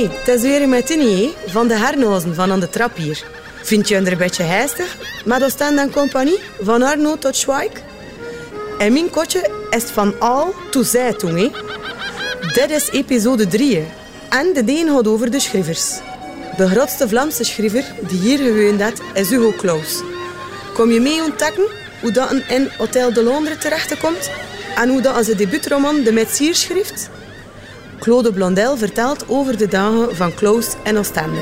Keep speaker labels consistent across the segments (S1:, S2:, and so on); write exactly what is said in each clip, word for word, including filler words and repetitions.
S1: Hey, het is weer met Tini, van de Hernozen van aan de trap hier. Vind je het er een beetje heistig? Met Oostende en compagnie, van Arno tot Schweik? En mijn kotje is van al tot zij toen, hè. Dit is episode drie. En de deen gaat over de schrijvers. De grootste Vlaamse schrijver die hier gewoond heeft, is Hugo Claus. Kom je mee ontdekken hoe dat een in Hotel de Londres terechtkomt en hoe dat zijn debuutroman De Metsier schrijft? Claude Blondel vertelt over de dagen van Claus in Oostende.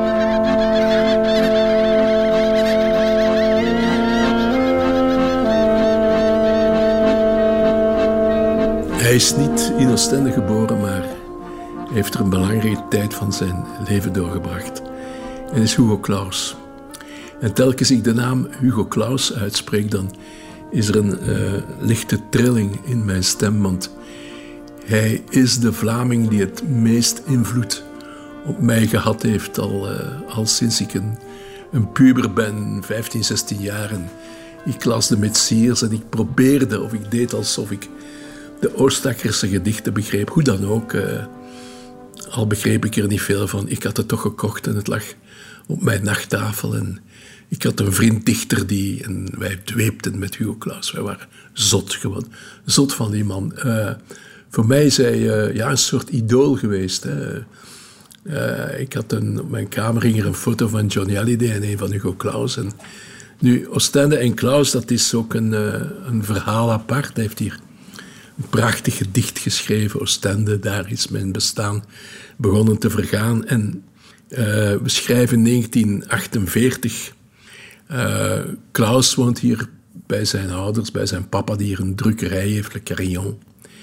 S2: Hij is niet in Oostende geboren, maar hij heeft er een belangrijke tijd van zijn leven doorgebracht. En is Hugo Claus. En telkens ik de naam Hugo Claus uitspreek, dan is er een uh, lichte trilling in mijn stem, want hij is de Vlaming die het meest invloed op mij gehad heeft, al, uh, al sinds ik een, een puber ben, vijftien, zestien jaar. En ik las de Metsiers en ik probeerde, of ik deed alsof ik de Oostakkerse gedichten begreep. Hoe dan ook, uh, al begreep ik er niet veel van. Ik had het toch gekocht en het lag op mijn nachttafel. En ik had een vriend dichter die, en wij dweepten met Hugo Claus. Wij waren zot gewoon, zot van die man. Uh, voor mij is hij uh, ja, een soort idool geweest. Hè. Uh, ik had een, op mijn kamer hing er een foto van Johnny Hallyday en een van Hugo Claus. En nu, Oostende en Claus, dat is ook een, uh, een verhaal apart. Hij heeft hier een prachtig gedicht geschreven, Oostende. Daar is mijn bestaan begonnen te vergaan. En uh, we schrijven negentien achtenveertig. Uh, Claus woont hier bij zijn ouders, bij zijn papa, die hier een drukkerij heeft, Le Carillon.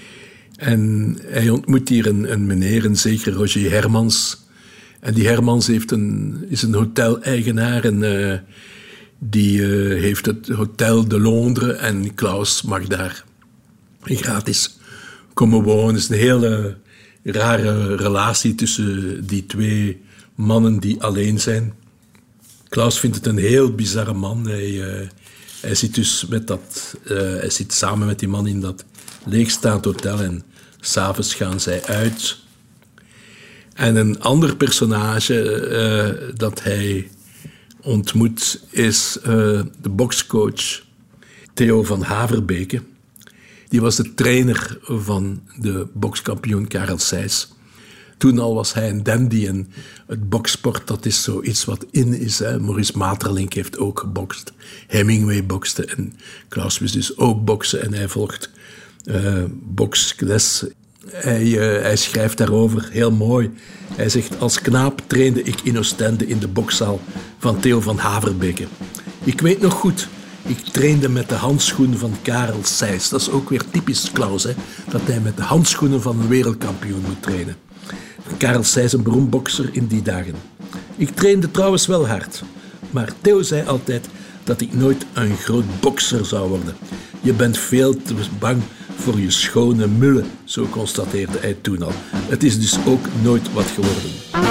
S2: En hij ontmoet hier een, een meneer, een zekere Roger Hermans. En die Hermans heeft een, is een hotel-eigenaar en uh, die uh, heeft het Hotel de Londres en Claus mag daar gratis komen wonen. Het is een hele rare relatie tussen die twee mannen die alleen zijn. Claus vindt het een heel bizarre man. Hij, uh, hij zit dus met dat, uh, hij zit samen met die man in dat leegstaand hotel en 's avonds gaan zij uit. En een ander personage uh, dat hij ontmoet is uh, de bokscoach Theo van Haverbeke. Die was de trainer van de bokskampioen Karel Sijs. Toen al was hij een dandy en het boksport, dat is zoiets wat in is. Hè. Maurice Maeterlinck heeft ook gebokst. Hemingway bokste en Claus wist dus ook boksen en hij volgt uh, boksles. Hij, uh, hij schrijft daarover heel mooi. Hij zegt, als knaap trainde ik in Oostende in de bokszaal van Theo van Haverbeke. Ik weet nog goed, ik trainde met de handschoenen van Karel Sijs. Dat is ook weer typisch Claus, hè, dat hij met de handschoenen van een wereldkampioen moet trainen. Karel Sijs, een beroemd bokser in die dagen. Ik trainde trouwens wel hard. Maar Theo zei altijd dat ik nooit een groot bokser zou worden. Je bent veel te bang voor je schone mullen, zo constateerde hij toen al. Het is dus ook nooit wat geworden.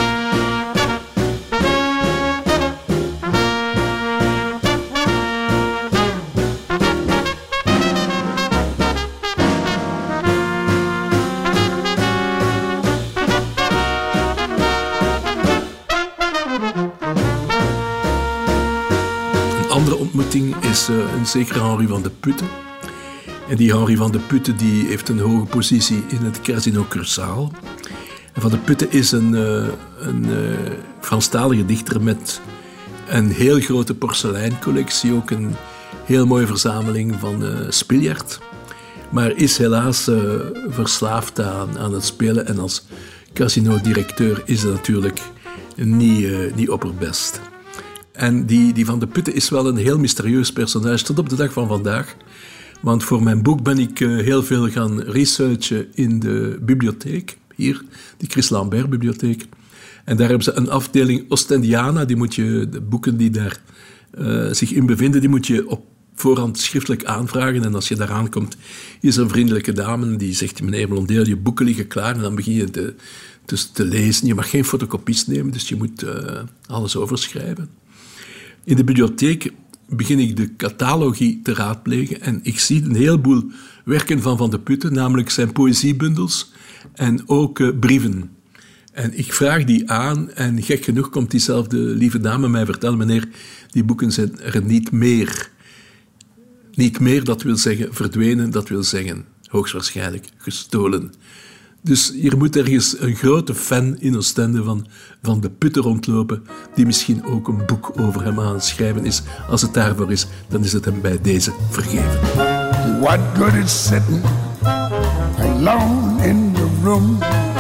S2: Is uh, een zekere Henri van de Putten. En die Henri van de Putten die heeft een hoge positie in het Casino Cursaal. En Van de Putten is een, uh, een uh, Franstalige dichter met een heel grote porseleincollectie, ook een heel mooie verzameling van uh, spiljart. Maar is helaas uh, verslaafd aan, aan het spelen en als casino-directeur is het natuurlijk niet, uh, niet opperbest. En die, die Van de Putten is wel een heel mysterieus personage tot op de dag van vandaag. Want voor mijn boek ben ik uh, heel veel gaan researchen in de bibliotheek. Hier, die Chris Lambert bibliotheek. En daar hebben ze een afdeling Oostendiana. Die moet je, de boeken die daar uh, zich in bevinden, die moet je op voorhand schriftelijk aanvragen. En als je daar aankomt, is er een vriendelijke dame die zegt, meneer Blondel, je boeken liggen klaar. En dan begin je te, dus te lezen. Je mag geen fotocopies nemen, dus je moet uh, alles overschrijven. In de bibliotheek begin ik de catalogie te raadplegen en ik zie een heleboel werken van Van de Putten, namelijk zijn poëziebundels en ook uh, brieven. En ik vraag die aan en gek genoeg komt diezelfde lieve dame mij vertellen, meneer, die boeken zijn er niet meer. Niet meer, dat wil zeggen verdwenen, dat wil zeggen hoogstwaarschijnlijk gestolen. Dus hier moet ergens een grote fan in Oostende van, van de Putten rondlopen, die misschien ook een boek over hem aan het schrijven is. Als het daarvoor is, dan is het hem bij deze vergeven.
S3: What good is sitting alone in the room?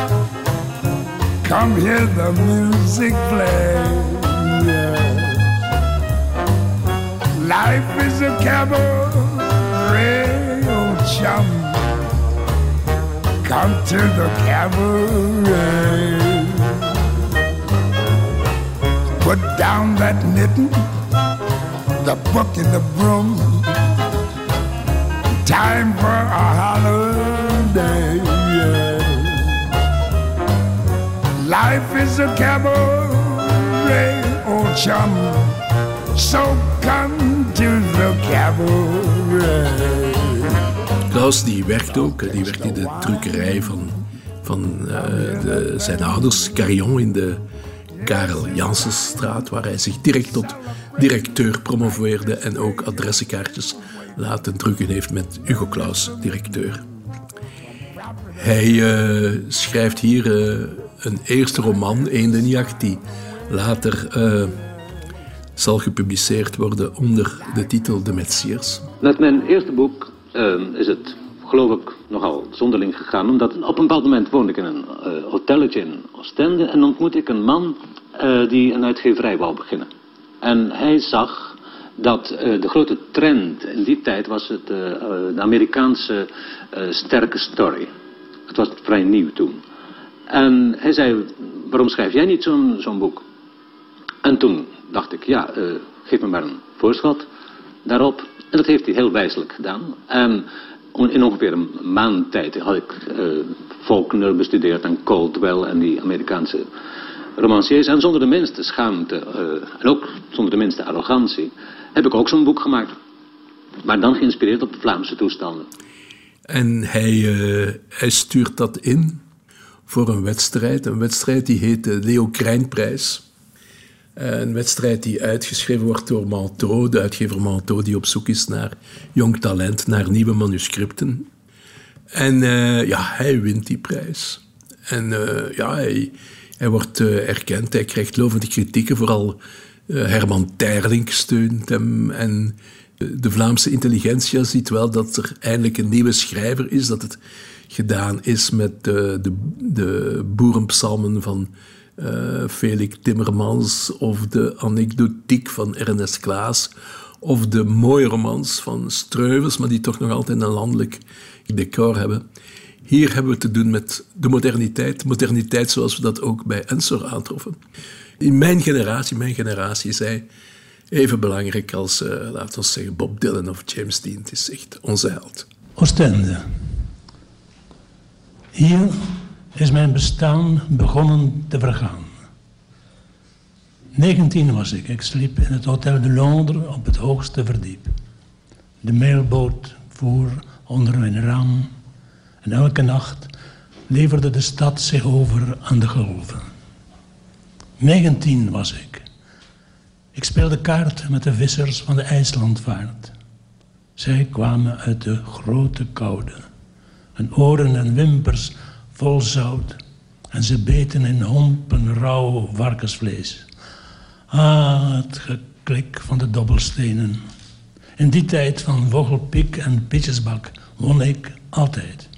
S3: Come hear the music play. Life is a cabaret, old chum. Come to the cabaret. Put down that knitting, the book and the broom. Time for a holiday. Life is a cabaret, old chum. So come to the cabaret.
S2: Klaus die werkt ook, die werkt in de drukkerij van, van uh, de, zijn ouders, Carillon, in de Karel Jansenstraat, waar hij zich direct tot directeur promoveerde en ook adressenkaartjes laten drukken heeft met Hugo Claus, directeur. Hij uh, schrijft hier uh, een eerste roman, Eendenjacht, die later uh, zal gepubliceerd worden onder de titel De Metsiers.
S4: Met mijn eerste boek uh, is het, geloof ik, nogal zonderling gegaan, omdat op een bepaald moment woonde ik in een uh, hotelletje in Oostende en ontmoette ik een man uh, die een uitgeverij wou beginnen. En hij zag dat uh, de grote trend in die tijd was het, uh, uh, de Amerikaanse uh, sterke story. Het was vrij nieuw toen. En hij zei, waarom schrijf jij niet zo'n zo'n boek? En toen dacht ik, ja, uh, geef me maar een voorschot daarop. En dat heeft hij heel wijselijk gedaan. En in ongeveer een maand tijd had ik uh, Faulkner bestudeerd en Caldwell en die Amerikaanse romanciers. En zonder de minste schaamte, uh, en ook zonder de minste arrogantie, heb ik ook zo'n boek gemaakt. Maar dan geïnspireerd op de Vlaamse toestanden.
S2: En hij, uh, hij stuurt dat in voor een wedstrijd. Een wedstrijd die heet de Leo Krijnprijs. Uh, een wedstrijd die uitgeschreven wordt door Manteau, de uitgever Manteau, die op zoek is naar jong talent, naar nieuwe manuscripten. En uh, ja, hij wint die prijs. En uh, ja, hij, hij wordt uh, erkend, hij krijgt lovende kritieken, vooral uh, Herman Terlink steunt hem. En de Vlaamse intelligentia ziet wel dat er eindelijk een nieuwe schrijver is, dat het gedaan is met uh, de, de boerenpsalmen van uh, Felix Timmermans of de anekdotiek van Ernest Klaas of de mooie romans van Streuvels, maar die toch nog altijd een landelijk decor hebben. Hier hebben we te doen met de moderniteit, moderniteit zoals we dat ook bij Ensor aantroffen. In mijn generatie, mijn generatie is hij even belangrijk als, uh, laten we zeggen, Bob Dylan of James Dean. Het is echt onze held.
S5: Oostende. Hier is mijn bestaan begonnen te vergaan. negentien was ik. Ik sliep in het Hotel de Londres op het hoogste verdiep. De mailboot voer onder mijn raam en elke nacht leverde de stad zich over aan de golven. negentien was ik. Ik speelde kaart met de vissers van de IJslandvaart. Zij kwamen uit de grote koude. Hun oren en wimpers vol zout. En ze beten in hompen rauw varkensvlees. Ah, het geklik van de dobbelstenen. In die tijd van Vogelpiek en Pietjesbak won ik altijd.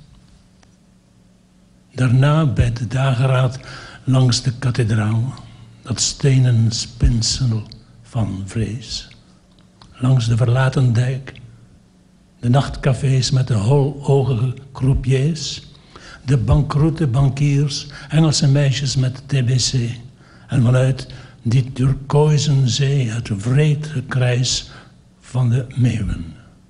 S5: Daarna bij de dageraad langs de kathedraal. Dat stenen spinsel van vrees. Langs de verlaten dijk. De nachtcafés met de holoogige croupiers. De bankroete bankiers, Engelse meisjes met T B C. En vanuit die turkooizen zee het wreed gekrijs van de meeuwen.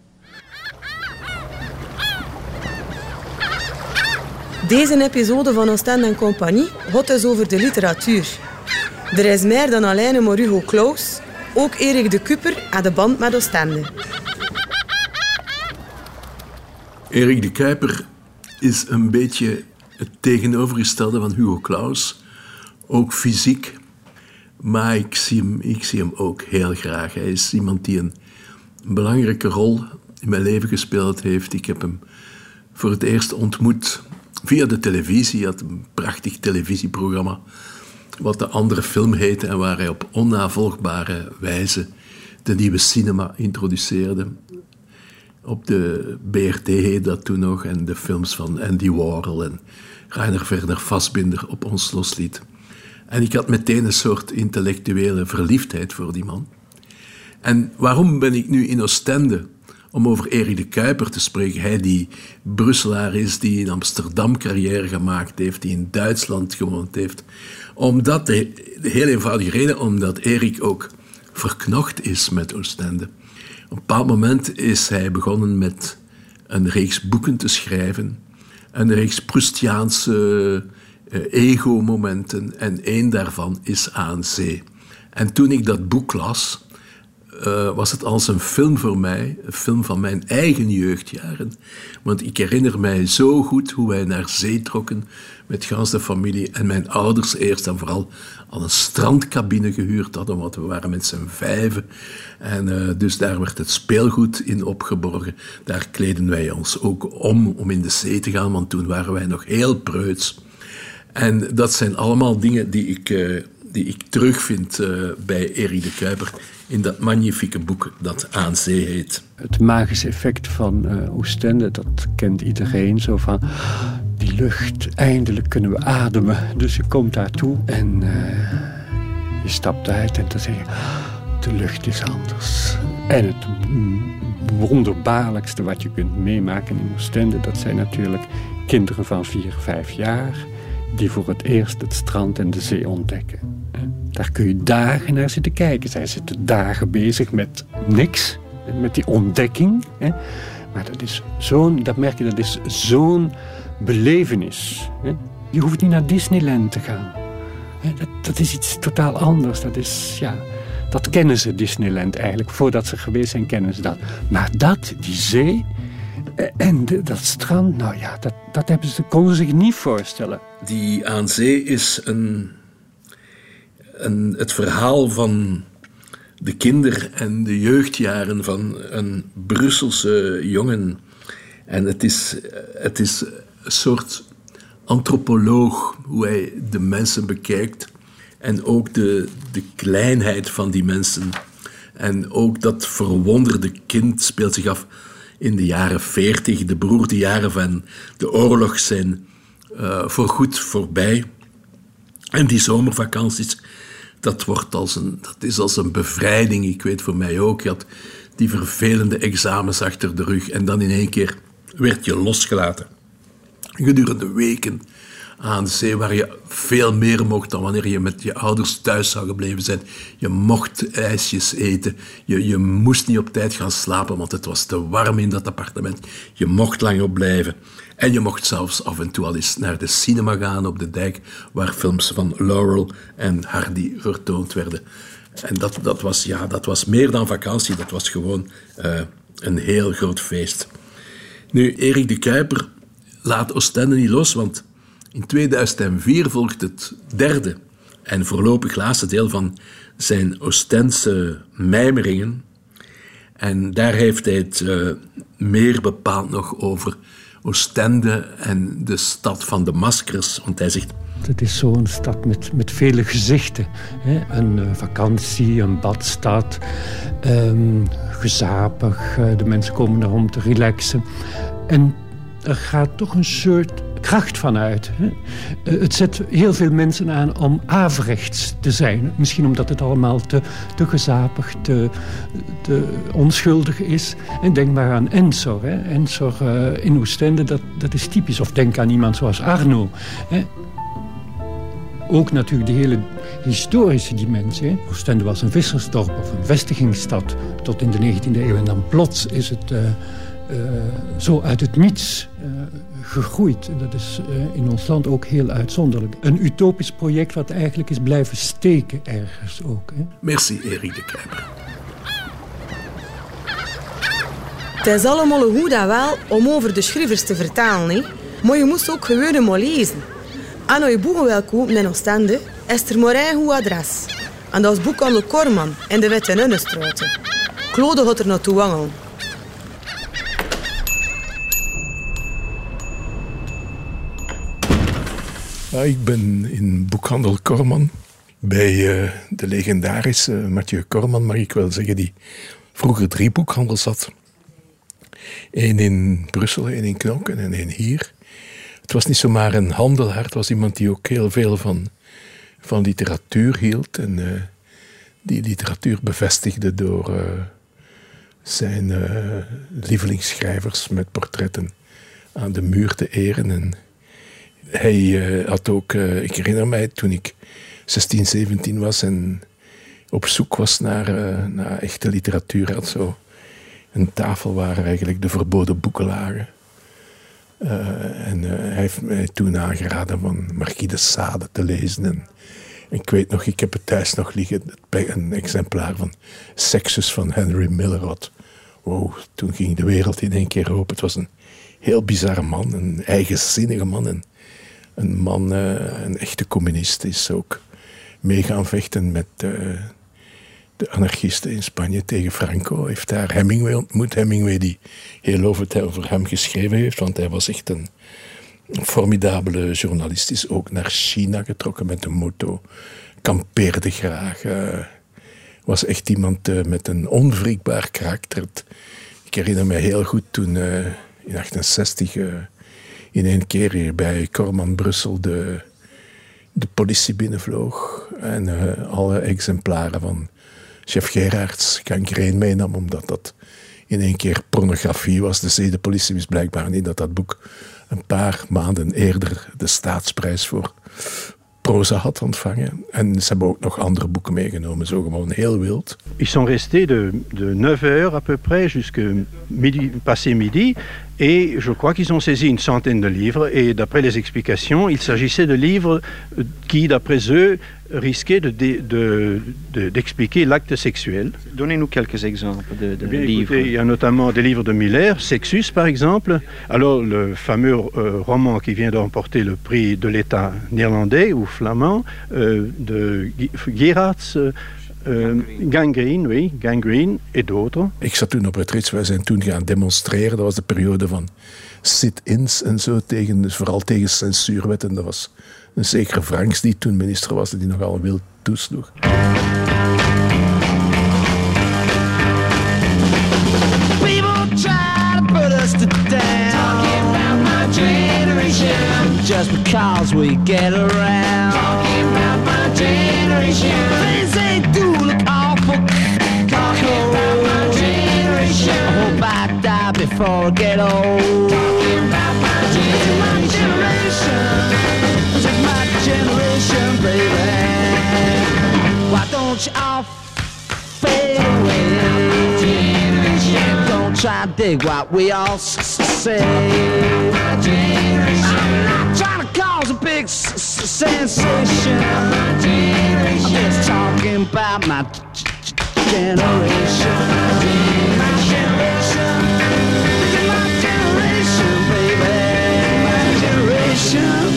S1: Deze episode van Oostende en Compagnie gaat dus over de literatuur. Er is meer dan alleen maar Hugo Claus, ook Erik de Kuper aan de band met Oostende.
S2: Erik de Kuiper is een beetje het tegenovergestelde van Hugo Claus. ook fysiek. Maar ik zie hem, ik zie hem ook heel graag. Hij is iemand die een, een belangrijke rol in mijn leven gespeeld heeft. Ik heb hem voor het eerst ontmoet via de televisie. Hij had een prachtig televisieprogramma, wat de andere film heette en waar hij op onnavolgbare wijze de nieuwe cinema introduceerde. Op de B R T heette dat toen nog en de films van Andy Warhol en Rainer Werner Fassbinder op ons losliet. En ik had meteen een soort intellectuele verliefdheid voor die man. En waarom ben ik nu in Oostende om over Erik de Kuyper te spreken? Hij die Brusselaar is, die in Amsterdam carrière gemaakt heeft, die in Duitsland gewoond heeft. Omdat, de, de heel eenvoudige reden, omdat Erik ook verknocht is met Oostende. Op een bepaald moment is hij begonnen met een reeks boeken te schrijven. Een reeks Proustiaanse uh, ego-momenten. En één daarvan is Aan Zee. En toen ik dat boek las, uh, was het als een film voor mij. Een film van mijn eigen jeugdjaren. Want ik herinner mij zo goed hoe wij naar zee trokken met gans de familie. En mijn ouders eerst en vooral al een strandcabine gehuurd hadden, want we waren met z'n vijven. En uh, dus daar werd het speelgoed in opgeborgen. Daar kleden wij ons ook om, om in de zee te gaan, want toen waren wij nog heel preuts. En dat zijn allemaal dingen die ik, uh, die ik terugvind uh, bij Erik de Kuyper in dat magnifieke boek dat Aan Zee heet.
S6: Het magische effect van uh, Oostende, dat kent iedereen. Zo van, die lucht, eindelijk kunnen we ademen. Dus je komt daartoe en uh, je stapt uit en dan zeg je, de lucht is anders. En het wonderbaarlijkste wat je kunt meemaken in Oostende, dat zijn natuurlijk kinderen van vier, vijf jaar die voor het eerst het strand en de zee ontdekken. Daar kun je dagen naar zitten kijken. Zij zitten dagen bezig met niks, met die ontdekking. Maar dat is zo'n, dat merk je, dat is zo'n belevenis. Je hoeft niet naar Disneyland te gaan. Dat, dat is iets totaal anders. Dat is, ja, dat kennen ze, Disneyland eigenlijk. Voordat ze geweest zijn, kennen ze dat. Maar dat, die zee en de, dat strand, nou ja, dat, dat hebben ze, konden ze zich niet voorstellen.
S2: Die Aan Zee is een, een, het verhaal van de kinder- en de jeugdjaren van een Brusselse jongen. En het is, het is een soort antropoloog, hoe hij de mensen bekijkt. En ook de, de kleinheid van die mensen. En ook dat verwonderde kind speelt zich af in de jaren veertig. De beroerde jaren van de oorlog zijn uh, voorgoed voorbij. En die zomervakanties, dat, wordt als een, dat is als een bevrijding. Ik weet voor mij ook, je had die vervelende examens achter de rug. En dan in één keer werd je losgelaten. Gedurende weken aan de zee, waar je veel meer mocht dan wanneer je met je ouders thuis zou gebleven zijn. Je mocht ijsjes eten. Je, je moest niet op tijd gaan slapen, want het was te warm in dat appartement. Je mocht langer blijven. En je mocht zelfs af en toe al eens naar de cinema gaan op de dijk, waar films van Laurel en Hardy vertoond werden. En dat, dat, was, ja, dat was meer dan vakantie, dat was gewoon uh, een heel groot feest. Nu, Erik de Kuyper laat Oostende niet los, want in tweeduizend vier volgt het derde en voorlopig laatste deel van zijn Oostense mijmeringen. En daar heeft hij het uh, meer bepaald nog over Oostende en de stad van de maskers. Want hij zegt,
S6: het is zo'n stad met, met vele gezichten. Hè? Een uh, vakantie, een badstad, um, gezapig. Uh, de mensen komen daar om te relaxen. En er gaat toch een soort kracht van uit. Hè? Uh, het zet heel veel mensen aan om averechts te zijn. Misschien omdat het allemaal te, te gezapig, te, te onschuldig is. En denk maar aan Ensor. Hè? Ensor uh, in Oostende, dat, dat is typisch. Of denk aan iemand zoals Arno. Hè? Ook natuurlijk de hele historische dimensie. Hè? Oostende was een vissersdorp of een vestigingsstad tot in de negentiende eeuw. En dan plots is het uh, uh, zo uit het niets uh, gegroeid. En dat is uh, in ons land ook heel uitzonderlijk. Een utopisch project wat eigenlijk is blijven steken ergens ook. Hè?
S2: Merci, Erik de Kuyper.
S1: Het is allemaal goed en wel om over de schrijvers te vertellen, hè? Maar je moest ook gewoon maar lezen. Aan je boeken wil kopen in Oostende, is er maar één goed adres. En dat is boekhandel Korman in de Witte Nunnenstraat. Claude gaat er naartoe wangelen.
S2: Ja, ik ben in boekhandel Korman bij uh, de legendarische Mathieu Korman, mag ik wel zeggen, die vroeger drie boekhandels had. Eén in Brussel, één in Knokken en één hier. Het was niet zomaar een handelaar, het was iemand die ook heel veel van, van literatuur hield. En uh, die literatuur bevestigde door uh, zijn uh, lievelingsschrijvers met portretten aan de muur te eren. En hij uh, had ook, uh, ik herinner mij toen ik zestien, zeventien was en op zoek was naar, uh, naar echte literatuur, had zo een tafel waar eigenlijk de verboden boeken lagen. Uh, en uh, hij heeft mij toen aangeraden van Marquis de Sade te lezen. En, en ik weet nog, ik heb het thuis nog liggen, een exemplaar van Sexus van Henry Miller. Wat, wow, toen ging de wereld in één keer open. Het was een heel bizarre man, een eigenzinnige man. En een man, uh, een echte communist, is ook mee gaan vechten met uh, de anarchisten in Spanje tegen Franco. Hij heeft daar Hemingway ontmoet. Hemingway die heel over, over hem geschreven heeft, want hij was echt een formidabele journalist. Is ook naar China getrokken met een moto. Kampeerde graag. Uh, was echt iemand uh, met een onwrikbaar karakter. Ik herinner me heel goed toen uh, in achtenzestig uh, in één keer hier bij Korman Brussel de, de politie binnenvloog en uh, alle exemplaren van chef Gerards gangreen meenam, omdat dat in één keer pornografie was. De zedenpolitie wist blijkbaar niet dat dat boek een paar maanden eerder de staatsprijs voor proza had ontvangen. En ze hebben ook nog andere boeken meegenomen, zo gewoon heel wild.
S7: Ils sont restés de, de neuf heures à peu près jusqu'à midi, passé midi, et je crois qu'ils ont saisi une centaine de livres, et d'après les explications, il s'agissait de livres qui, d'après eux, risquaient de, de, de, de, d'expliquer l'acte sexuel.
S8: Donnez-nous quelques exemples de, de
S7: Bien,
S8: livres.
S7: Écoutez, il y a notamment des livres de Miller, Sexus par exemple. Alors le fameux euh, roman qui vient de remporter le prix de l'État néerlandais ou flamand euh, de Gerards. Euh, Uh, Gangrene, oui, Gangrene et d'autres.
S2: Ik zat toen op het Ritz, wij zijn toen gaan demonstreren. Dat was de periode van sit-ins en zo, tegen, dus vooral tegen censuurwetten. Dat was een zekere Franks die toen minister was, die nogal wild toesloeg.
S9: People try to put us to down, talking about my generation, just because we get around, talking about my generation. Things they do look awful, talking about my generation. I hope I die before I get old, talking about my generation. This is my generation, baby. Why don't you all fade away? Don't try to dig what we all say. I'm not trying to cause a big s- s- sensation. I'm just talking about my g- g- generation. My generation. This is my generation, baby. My generation.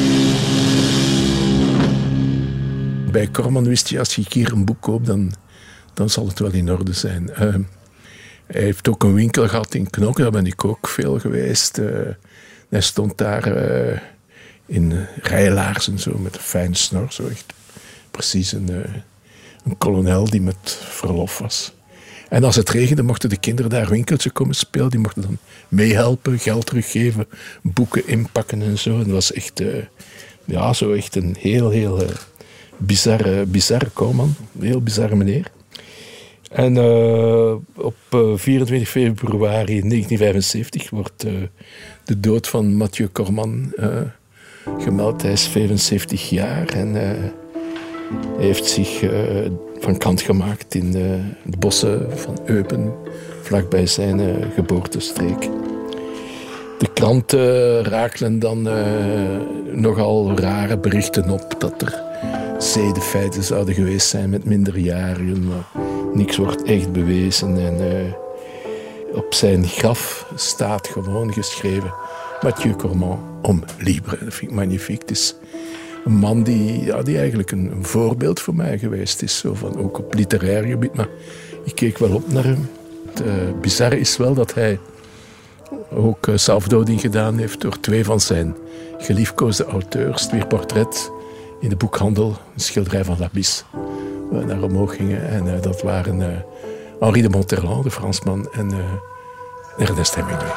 S2: Bij Korman wist je, als je hier een boek koopt, dan, dan zal het wel in orde zijn. Uh, hij heeft ook een winkel gehad in Knokken, daar ben ik ook veel geweest. Uh, hij stond daar uh, in uh, rijlaarzen, zo met een fijne snor, zo echt precies een, uh, een kolonel die met verlof was. En als het regende, mochten de kinderen daar winkeltje komen spelen. Die mochten dan meehelpen, geld teruggeven, boeken inpakken en zo. En dat was echt, uh, ja, zo echt een heel, heel uh, bizarre, bizarre Korman. Een heel bizarre meneer. En uh, op uh, vierentwintig februari negentien vijfenzeventig wordt uh, de dood van Mathieu Korman uh, gemeld. Hij is vijfenzeventig jaar en uh, hij heeft zich uh, van kant gemaakt in uh, de bossen van Eupen, vlakbij zijn uh, geboortestreek. De kranten rakelen dan uh, nogal rare berichten op dat er zedenfeiten zouden geweest zijn met minderjarigen, maar niks wordt echt bewezen. En uh, op zijn graf staat gewoon geschreven Mathieu Korman om libre. Dat vind ik magnifiek. Het is een man die, ja, die eigenlijk een, een voorbeeld voor mij geweest is. Zo van, ook op literair gebied, maar ik keek wel op naar hem. Het uh, bizarre is wel dat hij ook uh, zelfdoding gedaan heeft door twee van zijn geliefkoosde auteurs. Het weer portret in de boekhandel, een schilderij van Labis, waar we naar omhoog gingen. En uh, dat waren uh, Henri de Monterland, de Fransman, en uh, Ernest Hemingway.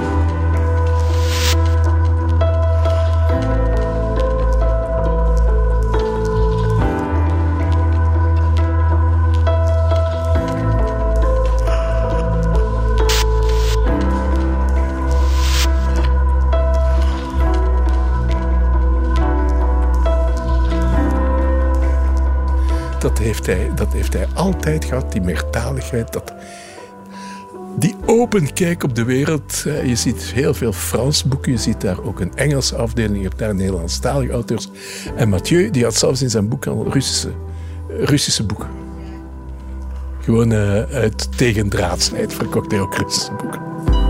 S2: Dat heeft, hij, dat heeft hij altijd gehad, die meertaligheid, dat, die open kijk op de wereld. Je ziet heel veel Frans boeken, je ziet daar ook een Engelse afdeling, je hebt daar Nederlandstalige auteurs. En Mathieu, die had zelfs in zijn boek al Russische, Russische boeken. Gewoon uh, uit tegendraadsheid verkocht hij ook Russische boeken.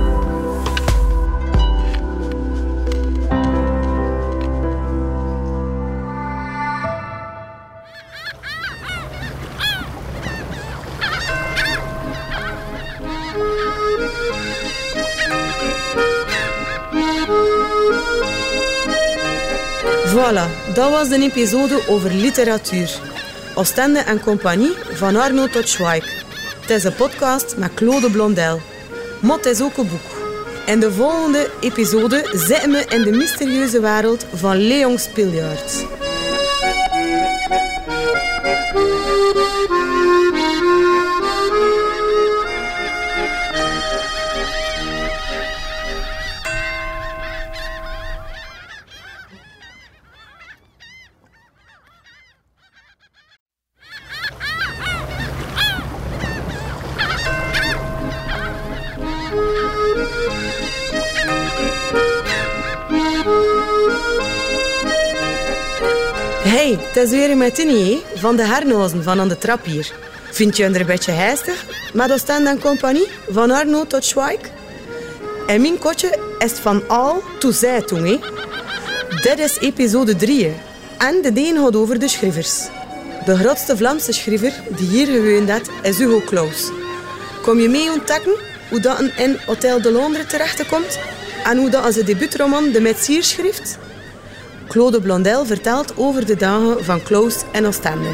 S1: Voilà, dat was de episode over literatuur. Oostende en Compagnie van Arno tot Schweik. Het is een podcast met Claude Blondel. Maar het is ook een boek. In de volgende episode zitten we in de mysterieuze wereld van Léon Spiljaert. Hey, het is weer met Tini van de Hernozen van aan de trap hier. Vind je het een beetje heistig met Oostende en Compagnie van Arno tot Schweik? En mijn kotje is van al tot zij toen. He. Dit is episode drie en de deen gaat over de schrijvers. De grootste Vlaamse schrijver die hier gewoond heeft is Hugo Claus. Kom je mee ontdekken hoe dat een in Hotel de Londres terechtkomt en hoe dat zijn debuutroman De Metsier schrijft? Claude Blondel vertelt over de dagen van Claus en Oostende.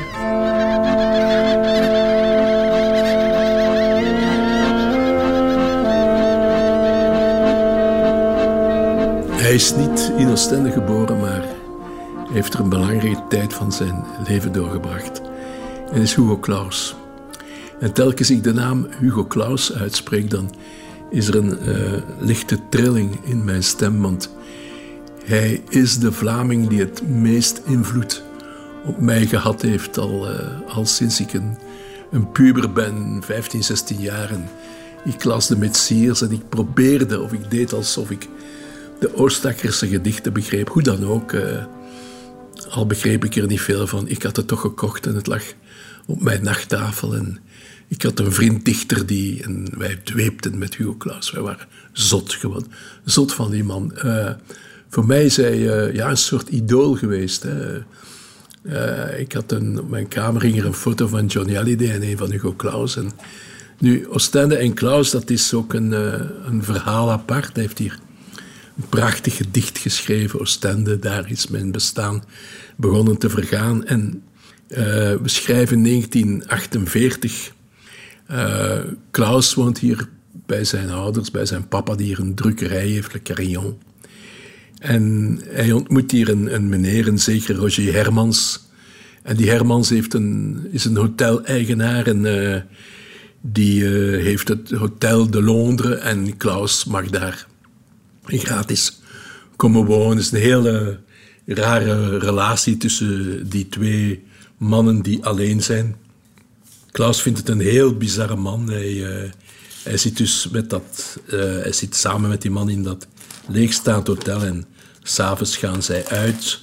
S2: Hij is niet in Oostende geboren, maar heeft er een belangrijke tijd van zijn leven doorgebracht. En is Hugo Claus. En telkens ik de naam Hugo Claus uitspreek, dan is er een uh, lichte trilling in mijn stem, want hij is de Vlaming die het meest invloed op mij gehad heeft, al, uh, al sinds ik een, een puber ben, vijftien, zestien jaar. En ik las de Metsiers en ik probeerde, of ik deed alsof ik de Oostakkerse gedichten begreep. Hoe dan ook, uh, al begreep ik er niet veel van. Ik had het toch gekocht en het lag op mijn nachttafel. En ik had een vriend dichter die, en wij dweepten met Hugo Claus. Wij waren zot gewoon, zot van die man. Uh, Voor mij is hij uh, ja, een soort idool geweest. Hè. Uh, ik had een, op mijn kamer hing er een foto van Johnny Hallyday en een van Hugo Claus. En nu, Oostende en Claus, dat is ook een, uh, een verhaal apart. Hij heeft hier een prachtig gedicht geschreven, Oostende. Daar is mijn bestaan begonnen te vergaan. En uh, we schrijven negentien achtenveertig. Uh, Claus woont hier bij zijn ouders, bij zijn papa, die hier een drukkerij heeft, Le Carillon. En hij ontmoet hier een, een meneer, een zekere Roger Hermans. En die Hermans heeft een, is een hotel-eigenaar en uh, die uh, heeft het Hotel de Londres. En Claus mag daar gratis komen wonen. Het is een hele rare relatie tussen die twee mannen die alleen zijn. Claus vindt het een heel bizarre man. Hij, uh, hij zit dus met dat, uh, hij zit samen met die man in dat leegstaand hotel en 's avonds gaan zij uit.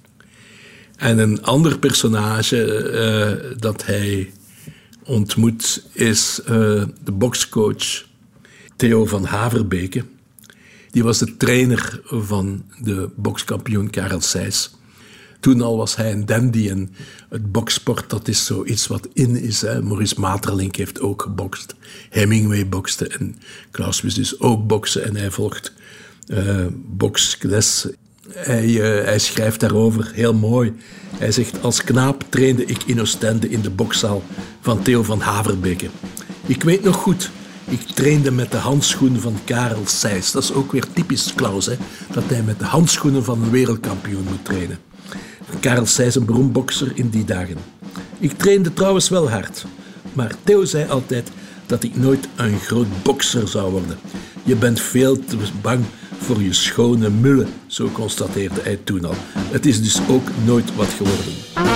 S2: En een ander personage uh, dat hij ontmoet is uh, de bokscoach Theo van Haverbeke. Die was de trainer van de bokskampioen Karel Sijs. toen al was hij een dandy en het boksport, dat is zoiets wat in is. Hè. Maurice Maeterlinck heeft ook gebokst. Hemingway bokste en Clausewitz dus ook boksen en hij volgt uh, boksles. Hij, uh, hij schrijft daarover heel mooi. Hij zegt, als knaap trainde ik in Oostende in de bokszaal van Theo van Haverbeke. Ik weet nog goed, ik trainde met de handschoenen van Karel Sijs. Dat is ook weer typisch Klaus, hè? Dat hij met de handschoenen van een wereldkampioen moet trainen. Karel Sijs, een beroemd bokser in die dagen. Ik trainde trouwens wel hard. Maar Theo zei altijd dat ik nooit een groot bokser zou worden. Je bent veel te bang voor je schone mullen, zo constateerde hij toen al. Het is dus ook nooit wat geworden.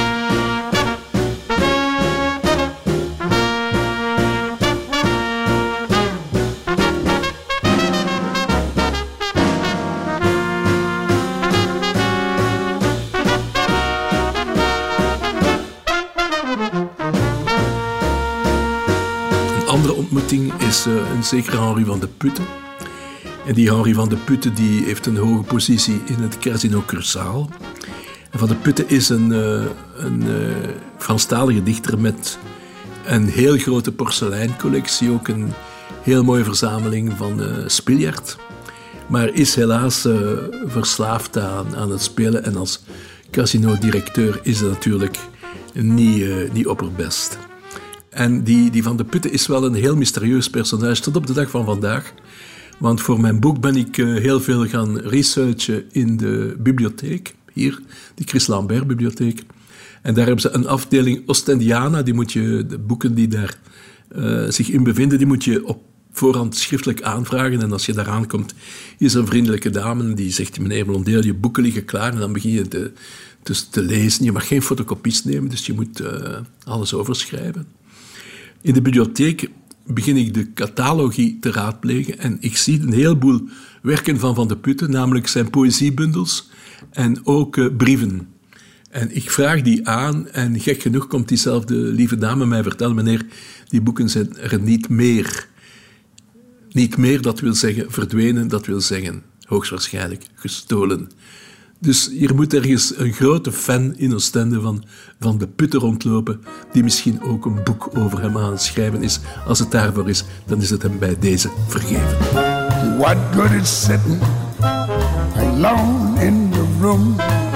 S2: Een andere ontmoeting is uh, een zekere Henri van de Putte. En die Henri van de Putte die heeft een hoge positie in het Casino Cursaal. En Van de Putte is een, uh, een uh, Franstalige dichter met een heel grote porseleincollectie, ook een heel mooie verzameling van uh, spiljart. Maar is helaas uh, verslaafd aan, aan het spelen en als casino-directeur is het natuurlijk niet, uh, niet opperbest. En die, die Van de Putte is wel een heel mysterieus personage tot op de dag van vandaag. Want voor mijn boek ben ik uh, heel veel gaan researchen in de bibliotheek. Hier, de Chris Lambert bibliotheek. En daar hebben ze een afdeling Ostendiana. Die moet je, de boeken die daar uh, zich in bevinden, die moet je op voorhand schriftelijk aanvragen. En als je daar aankomt, is er een vriendelijke dame die zegt, meneer Blondeel, je boeken liggen klaar. En dan begin je te, te, te lezen. Je mag geen fotocopies nemen, dus je moet uh, alles overschrijven. In de bibliotheek begin ik de catalogie te raadplegen en ik zie een heleboel werken van Van de Putte, namelijk zijn poëziebundels en ook uh, brieven. En ik vraag die aan en gek genoeg komt diezelfde lieve dame mij vertellen, meneer, die boeken zijn er niet meer. Niet meer, dat wil zeggen verdwenen, dat wil zeggen hoogstwaarschijnlijk gestolen. Dus hier moet ergens een grote fan in Oostende van Van de Putte rondlopen, die misschien ook een boek over hem aan het schrijven is. Als het daarvoor is, dan is het hem bij deze vergeven.
S3: What good is sitting alone in the room?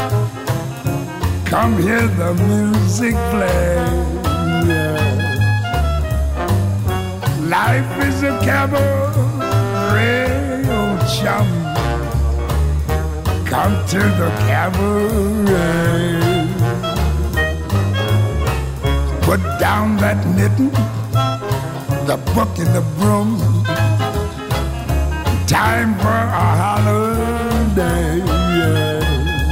S3: Come hear the music play. Life is a cabaret, oh chum. Come to the cabaret. Put down that knitting, the book and the broom. Time for a holiday. Yeah.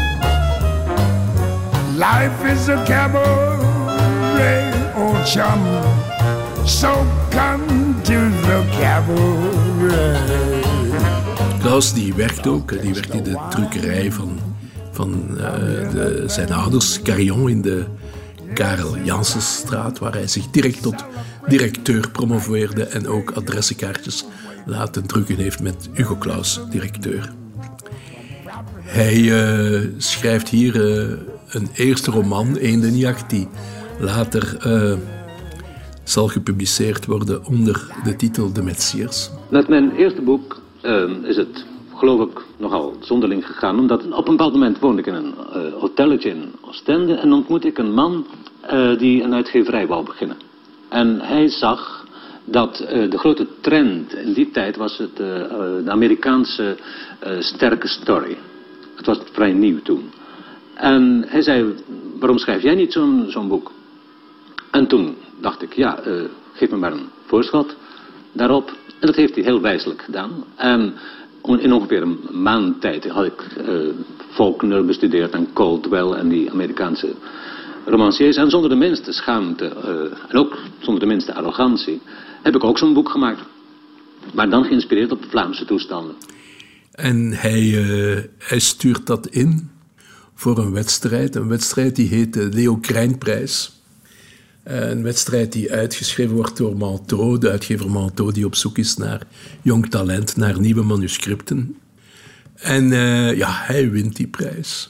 S3: Life is a cabaret, oh chum. So come to the cabaret.
S2: Klaus die werkt ook, die werkt in de drukkerij van, van uh, de, zijn ouders, Carillon, in de Karel Jansenstraat, waar hij zich direct tot directeur promoveerde en ook adressenkaartjes laten drukken heeft met Hugo Claus, directeur. Hij uh, schrijft hier uh, een eerste roman, Eendenjacht, die later uh, zal gepubliceerd worden onder de titel De Messiers.
S4: Met mijn eerste boek Uh, is het, geloof ik, nogal zonderling gegaan. Omdat op een bepaald moment woonde ik in een uh, hotelletje in Oostende en ontmoette ik een man uh, die een uitgeverij wou beginnen. En hij zag dat uh, de grote trend in die tijd was het, uh, uh, de Amerikaanse uh, sterke story. Het was vrij nieuw toen. En hij zei, waarom schrijf jij niet zo'n zo'n boek? En toen dacht ik, ja, uh, geef me maar een voorschot daarop. En dat heeft hij heel wijselijk gedaan. En in ongeveer een maand tijd had ik uh, Faulkner bestudeerd en Caldwell en die Amerikaanse romanciers. En zonder de minste schaamte uh, en ook zonder de minste arrogantie heb ik ook zo'n boek gemaakt. Maar dan geïnspireerd op de Vlaamse toestanden.
S2: En hij, uh, hij stuurt dat in voor een wedstrijd. Een wedstrijd die heet de Leo Krijnprijs. Een wedstrijd die uitgeschreven wordt door Manteau, de uitgever Manteau, die op zoek is naar jong talent, naar nieuwe manuscripten. En uh, ja, hij wint die prijs.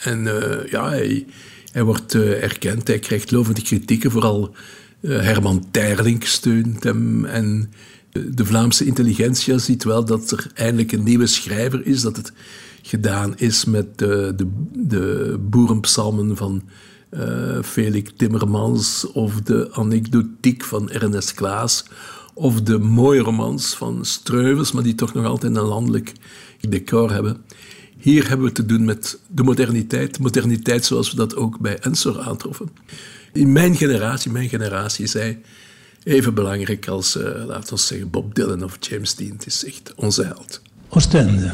S2: En uh, ja, hij, hij wordt uh, erkend, hij krijgt lovende kritieken. Vooral uh, Herman Terling steunt hem. En de Vlaamse intelligentsia ziet wel dat er eindelijk een nieuwe schrijver is. Dat het gedaan is met uh, de, de boerenpsalmen van uh, Felix Timmermans. Of de anekdotiek van Ernest Klaas. Of de mooie romans van Streuvels, maar die toch nog altijd een landelijk decor hebben. Hier hebben we te doen met de moderniteit. Moderniteit zoals we dat ook bij Ensor aantroffen. In mijn generatie, mijn generatie is hij even belangrijk als, uh, laten we zeggen, Bob Dylan of James Dean. Het is echt onze held.
S5: Oostende.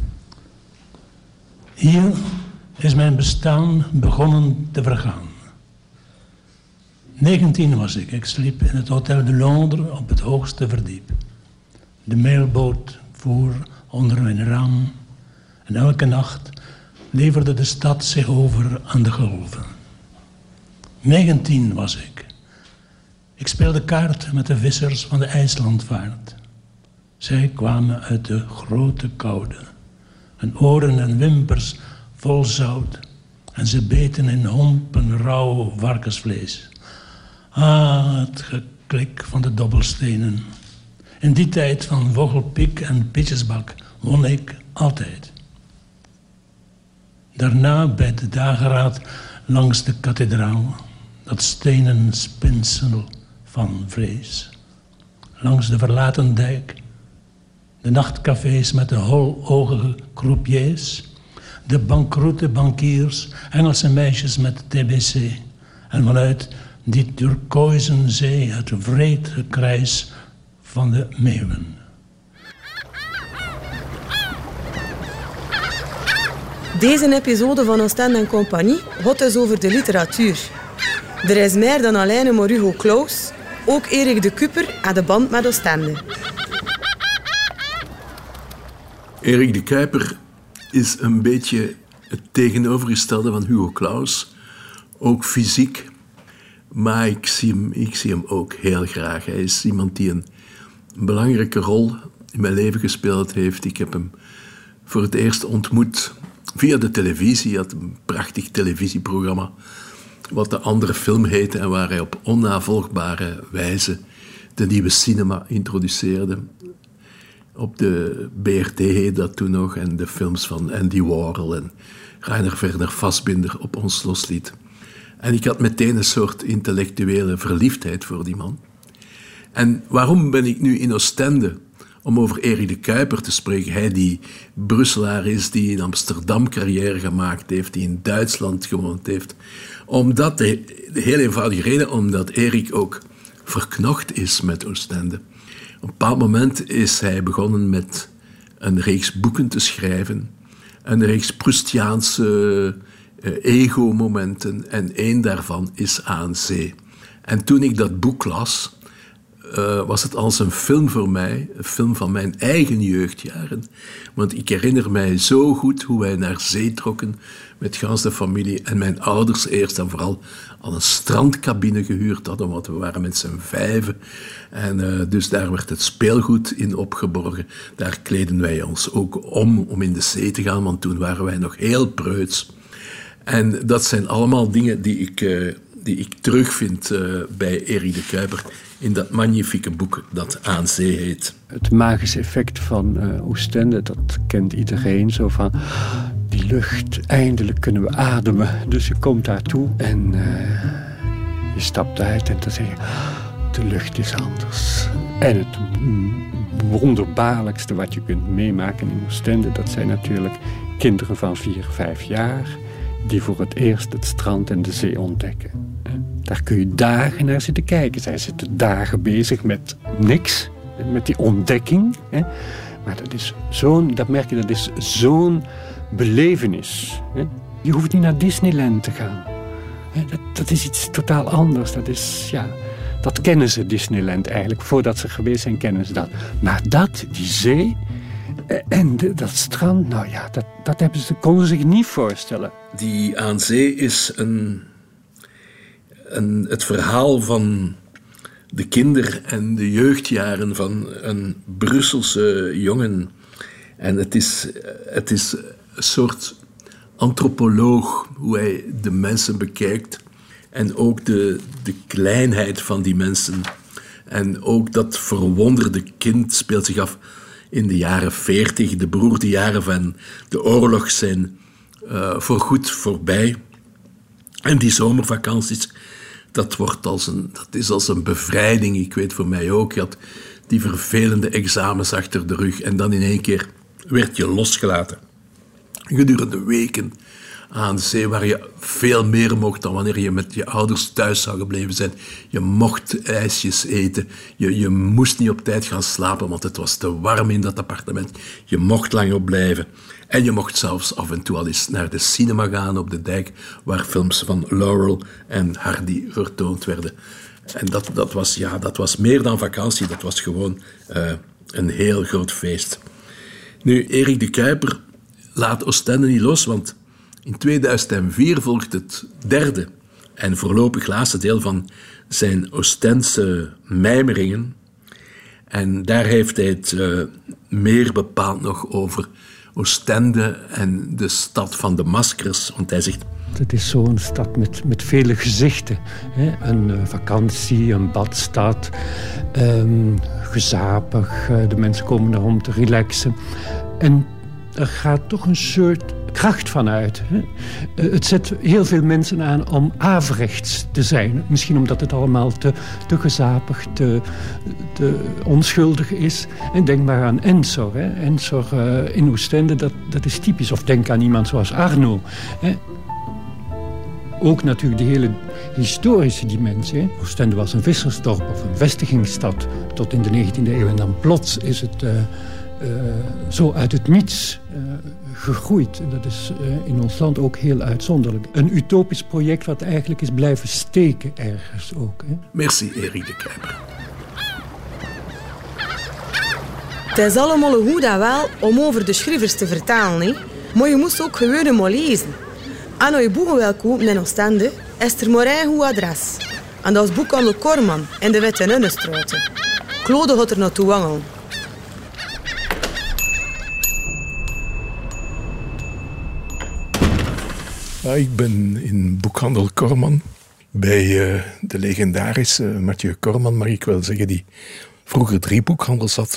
S5: Hier is mijn bestaan begonnen te vergaan. negentien was ik. Ik sliep in het Hotel de Londres op het hoogste verdiep. De mailboot voer onder mijn raam. En elke nacht leverde de stad zich over aan de golven. negentien was ik. Ik speelde kaart met de vissers van de IJslandvaart. Zij kwamen uit de grote koude. Hun oren en wimpers vol zout. En ze beten in hompen rauw varkensvlees. Ah, het geklik van de dobbelstenen. In die tijd van Vogelpiek en Pitjesbak won ik altijd. Daarna bij de dageraad langs de kathedraal, dat stenen spinsel van vrees. Langs de verlaten dijk, de nachtcafés met de holoogige croupiers, de bankroete bankiers, Engelse meisjes met T B C. En vanuit die turkooizen zee het wreed gekrijs van de meeuwen.
S1: Deze episode van Oostende en Compagnie gaat dus over de literatuur. Er is meer dan alleen maar Hugo Claus, ook Erik de Kuper aan de band met Oostende.
S2: Erik de Kuiper is een beetje het tegenovergestelde van Hugo Claus. Ook fysiek, maar ik zie hem, ik zie hem ook heel graag. Hij is iemand die een, een belangrijke rol in mijn leven gespeeld heeft. Ik heb hem voor het eerst ontmoet via de televisie. Hij had een prachtig televisieprogramma wat de andere film heette en waar hij op onnavolgbare wijze de nieuwe cinema introduceerde. Op de B R T heette dat toen nog en de films van Andy Warhol en Rainer Werner Fassbinder op ons losliet. En ik had meteen een soort intellectuele verliefdheid voor die man. En waarom ben ik nu in Oostende om over Erik de Kuiper te spreken? Hij die Brusselaar is, die in Amsterdam carrière gemaakt heeft, die in Duitsland gewoond heeft. Omdat, de, de heel eenvoudige reden, omdat Erik ook verknocht is met Oostende. Op een bepaald moment is hij begonnen met een reeks boeken te schrijven. Een reeks Proustiaanse uh, ego-momenten. En één daarvan is Aan Zee. En toen ik dat boek las, uh, was het als een film voor mij. Een film van mijn eigen jeugdjaren. Want ik herinner mij zo goed hoe wij naar zee trokken met gans de familie. En mijn ouders eerst en vooral al een strandcabine gehuurd hadden, want we waren met z'n vijven. En uh, dus daar werd het speelgoed in opgeborgen. Daar kleden wij ons ook om, om in de zee te gaan, want toen waren wij nog heel preuts. En dat zijn allemaal dingen die ik, uh, die ik terugvind uh, bij Erik de Kuiper in dat magnifieke boek dat Aan Zee heet.
S6: Het magische effect van uh, Oostende, dat kent iedereen. Zo van, die lucht, eindelijk kunnen we ademen. Dus je komt daartoe en uh, je stapt uit en dan zeg je, de lucht is anders. En het wonderbaarlijkste wat je kunt meemaken in Oostende, dat zijn natuurlijk kinderen van vier, vijf jaar die voor het eerst het strand en de zee ontdekken. Daar kun je dagen naar zitten kijken. Zij zitten dagen bezig met niks, met die ontdekking. Maar dat is zo'n, dat merk je, dat is zo'n belevenis. Je hoeft niet naar Disneyland te gaan. Dat, dat is iets totaal anders. Dat is, ja, dat kennen ze, Disneyland eigenlijk. Voordat ze geweest zijn, kennen ze dat. Maar dat, die zee en de, dat strand, nou ja, dat, dat hebben ze, konden ze zich niet voorstellen.
S2: Die Aan Zee is een, een, het verhaal van de kinder- en de jeugdjaren van een Brusselse jongen. En het is, het is een soort antropoloog, hoe hij de mensen bekijkt. En ook de, de kleinheid van die mensen. En ook dat verwonderde kind speelt zich af in de jaren veertig. De beroerde jaren van de oorlog zijn uh, voorgoed voorbij. En die zomervakanties, dat, wordt als een, dat is als een bevrijding. Ik weet voor mij ook, je had die vervelende examens achter de rug. En dan in één keer werd je losgelaten. Gedurende weken aan de zee, waar je veel meer mocht dan wanneer je met je ouders thuis zou gebleven zijn. Je mocht ijsjes eten. Je, je moest niet op tijd gaan slapen, want het was te warm in dat appartement. Je mocht langer blijven. En je mocht zelfs af en toe al eens naar de cinema gaan op de dijk, waar films van Laurel en Hardy vertoond werden. En dat, dat, was, ja, dat was meer dan vakantie, dat was gewoon uh, een heel groot feest. Nu, Erik de Kuyper laat Oostende niet los, want in tweeduizend vier volgt het derde en voorlopig laatste deel van zijn Oostense mijmeringen. En daar heeft hij het uh, meer bepaald nog over Oostende en de stad van de maskers. Want hij zegt:
S6: het is zo'n stad met, met vele gezichten. Hè? Een uh, vakantie, een badstad, um, gezapig. Uh, de mensen komen daar om te relaxen. En er gaat toch een soort kracht van uit. Hè? Uh, het zet heel veel mensen aan om averechts te zijn. Misschien omdat het allemaal te, te gezapig, te, te onschuldig is. En denk maar aan Ensor. Hè? Ensor uh, in Oostende, dat, dat is typisch. Of denk aan iemand zoals Arno. Hè? Ook natuurlijk de hele historische dimensie. Hè? Oostende was een vissersdorp of een vestigingsstad tot in de negentiende eeuw. En dan plots is het uh, uh, zo uit het niets uh, gegroeid. En dat is uh, in ons land ook heel uitzonderlijk. Een utopisch project wat eigenlijk is blijven steken ergens ook. Hè?
S2: Merci, Erik de Kuyper.
S1: Het is allemaal goed en wel om over de schrijvers te vertellen. Hè? Maar je moest ook gewoon maar lezen. En als je boeken wil kopen in Oostende, is er maar één goed adres. En dat is boekhandel Korman in de Witte Nunnenstraat. Claude gaat er naartoe wangelen.
S2: Ja, ik ben in boekhandel Korman bij uh, de legendarische Mathieu Korman, mag ik wel zeggen, die vroeger drie boekhandels had.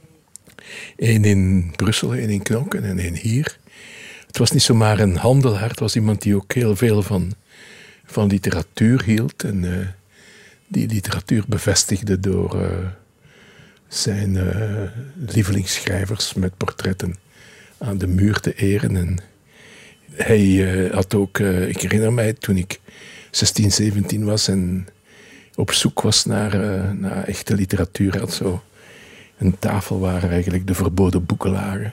S2: Eén in Brussel, één in Knokken en één hier. Het was niet zomaar een handelaar, het was iemand die ook heel veel van, van literatuur hield. En uh, die literatuur bevestigde door uh, zijn uh, lievelingsschrijvers met portretten aan de muur te eren. En hij uh, had ook, uh, ik herinner mij, toen ik zestien, zeventien was en op zoek was naar, uh, naar echte literatuur, had zo een tafel waar eigenlijk de verboden boeken lagen.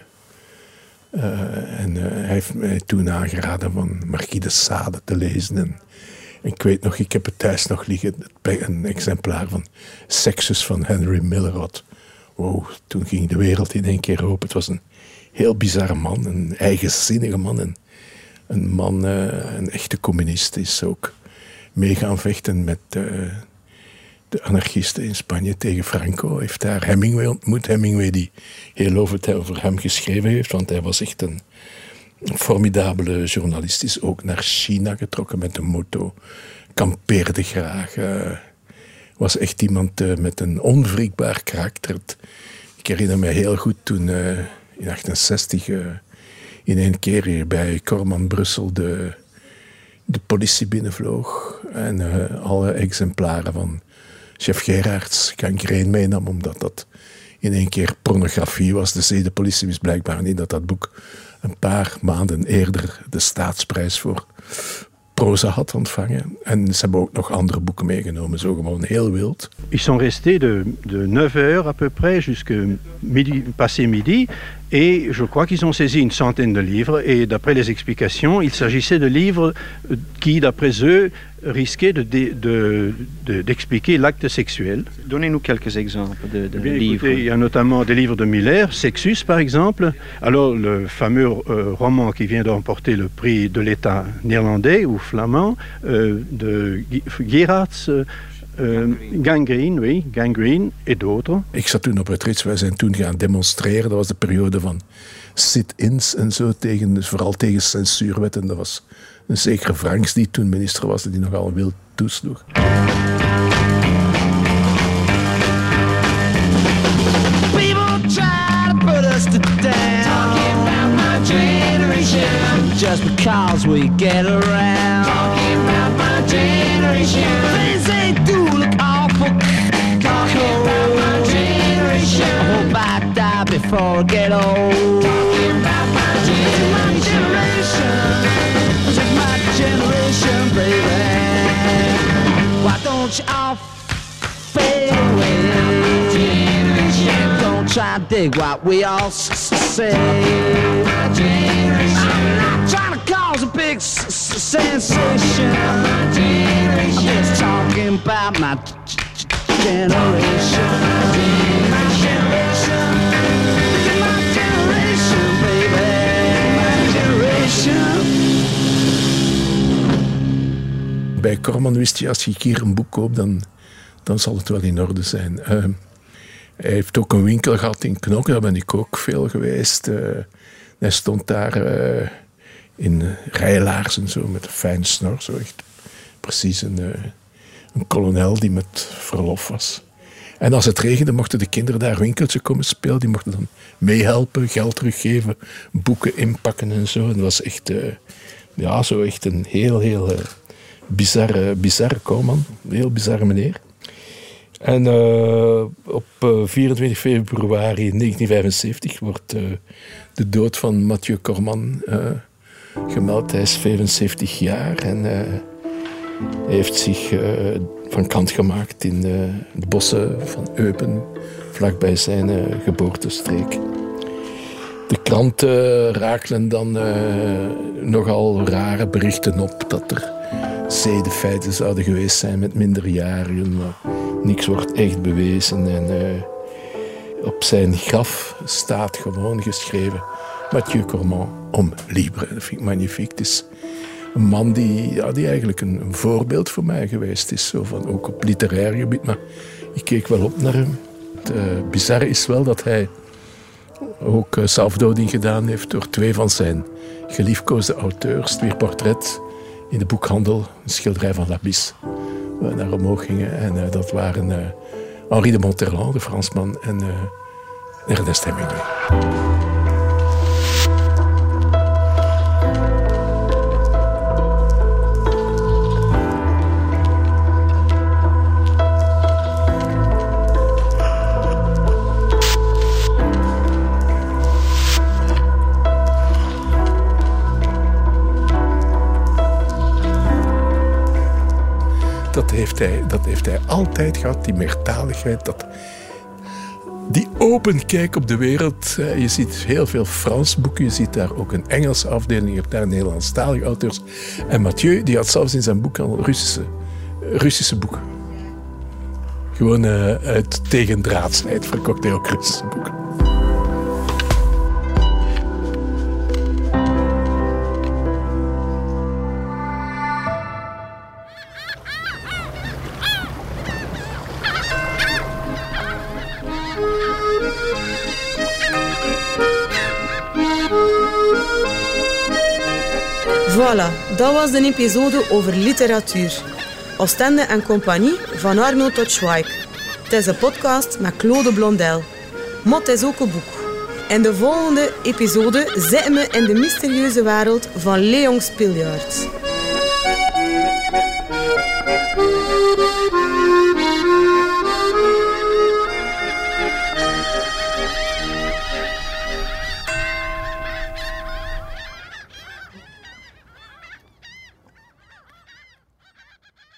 S2: Uh, en uh, hij heeft mij toen aangeraden van Marquis de Sade te lezen. En, en ik weet nog, ik heb het thuis nog liggen, een exemplaar van Sexus van Henry Miller. Wow, toen ging de wereld in één keer open. Het was een heel bizarre man, een eigenzinnige man. En een man, uh, een echte communist, is ook mee gaan vechten met uh, de anarchisten in Spanje tegen Franco. Heeft daar Hemingway ontmoet. Hemingway die heel lovend over hem geschreven heeft, want hij was echt een, een formidabele journalist. Is ook naar China getrokken met een moto. Kampeerde graag. Uh, was echt iemand uh, met een onwrikbaar karakter. Ik herinner me heel goed toen uh, in negentien achtenzestig uh, in één keer hier bij Korman Brussel de, de politie binnenvloog en uh, alle exemplaren van chef Gerards gangreen meenam, omdat dat in één keer pornografie was. De zedenpolitie wist blijkbaar niet dat dat boek een paar maanden eerder de staatsprijs voor proza had ontvangen. En ze hebben ook nog andere boeken meegenomen, zo gewoon heel wild.
S7: Ils sont restés de, de neuf heures à peu près jusqu'à midi, passé midi, et je crois qu'ils ont saisi une centaine de livres, et d'après les explications, il s'agissait de livres qui, d'après eux, risquaient de, de, de, de, d'expliquer l'acte sexuel.
S8: Donnez-nous quelques exemples de, de
S7: eh bien,
S8: livres.
S7: Écoutez, il y a notamment des livres de Miller, Sexus par exemple, alors le fameux euh, roman qui vient de remporter le prix de l'État néerlandais ou flamand, euh, de Gerards, euh, Euh, Gangrene, oui, Gangrene et d'autres.
S2: Ik zat toen op het Ritz, wij zijn toen gaan demonstreren. Dat was de periode van sit-ins en zo, tegen, vooral tegen censuurwetten. Dat was een zekere Franks die toen minister was en die nogal wild toesloeg.
S9: People try to put us to down, talking about my generation, just because we get around, talking about my generation, things they do look awful, talking about my generation, I hope I die before I get old, talking about my generation, just my generation, baby, why don't you all fade away? Don't try to dig what we all s- say. I'm not trying to cause a big s- s- sensation. I'm just talking about my g- g- generation. My generation. This is my generation, baby. My generation.
S2: Bij Corman wist je, als je hier een boek koopt, dan, dan zal het wel in orde zijn. Uh, hij heeft ook een winkel gehad in Knokke, daar ben ik ook veel geweest. Uh, hij stond daar uh, in uh, rijlaars en zo, met een fijne snor. Zo echt precies een, uh, een kolonel die met verlof was. En als het regende, mochten de kinderen daar een winkeltje komen spelen. Die mochten dan meehelpen, geld teruggeven, boeken inpakken en zo. En dat was echt, uh, ja, zo echt een heel, heel uh, bizarre, bizarre koopman. Een heel bizarre meneer. En uh, op uh, vierentwintig februari negentien vijfenzeventig wordt uh, de dood van Mathieu Corman uh, gemeld. Hij is vijfenzeventig jaar en uh, heeft zich uh, van kant gemaakt in uh, de bossen van Eupen, vlakbij zijn uh, geboortestreek. De kranten rakelen dan uh, nogal rare berichten op dat er zedenfeiten zouden geweest zijn met minderjarigen, maar niks wordt echt bewezen. En uh, op zijn graf staat gewoon geschreven Mathieu Corman om libre. Dat vind ik magnifiek. Het is een man die, ja, die eigenlijk een, een voorbeeld voor mij geweest is, zo van, ook op literair gebied, maar ik keek wel op naar hem. Het uh, bizarre is wel dat hij ook uh, zelfdoding gedaan heeft door twee van zijn geliefkoosde auteurs. Het weer portret in de boekhandel, een schilderij van Labis, waar we naar omhoog gingen. En uh, dat waren uh, Henri de Monterland, de Fransman, en uh, Ernest Hemingway. Dat heeft, hij, dat heeft hij altijd gehad, die meertaligheid, dat, die open kijk op de wereld. Je ziet heel veel Frans boeken, je ziet daar ook een Engelse afdeling, je hebt daar Nederlandstalige auteurs. En Mathieu, die had zelfs in zijn boek al Russische, Russische boeken. Gewoon uh, uit tegendraadsheid verkocht hij ook Russische boeken.
S1: Voilà, dat was de episode over literatuur. Oostende en Compagnie van Arno tot Schweik. Het is een podcast met Claude Blondel. Maar het is ook een boek. In de volgende episode zitten we in de mysterieuze wereld van Léon Spiljaert.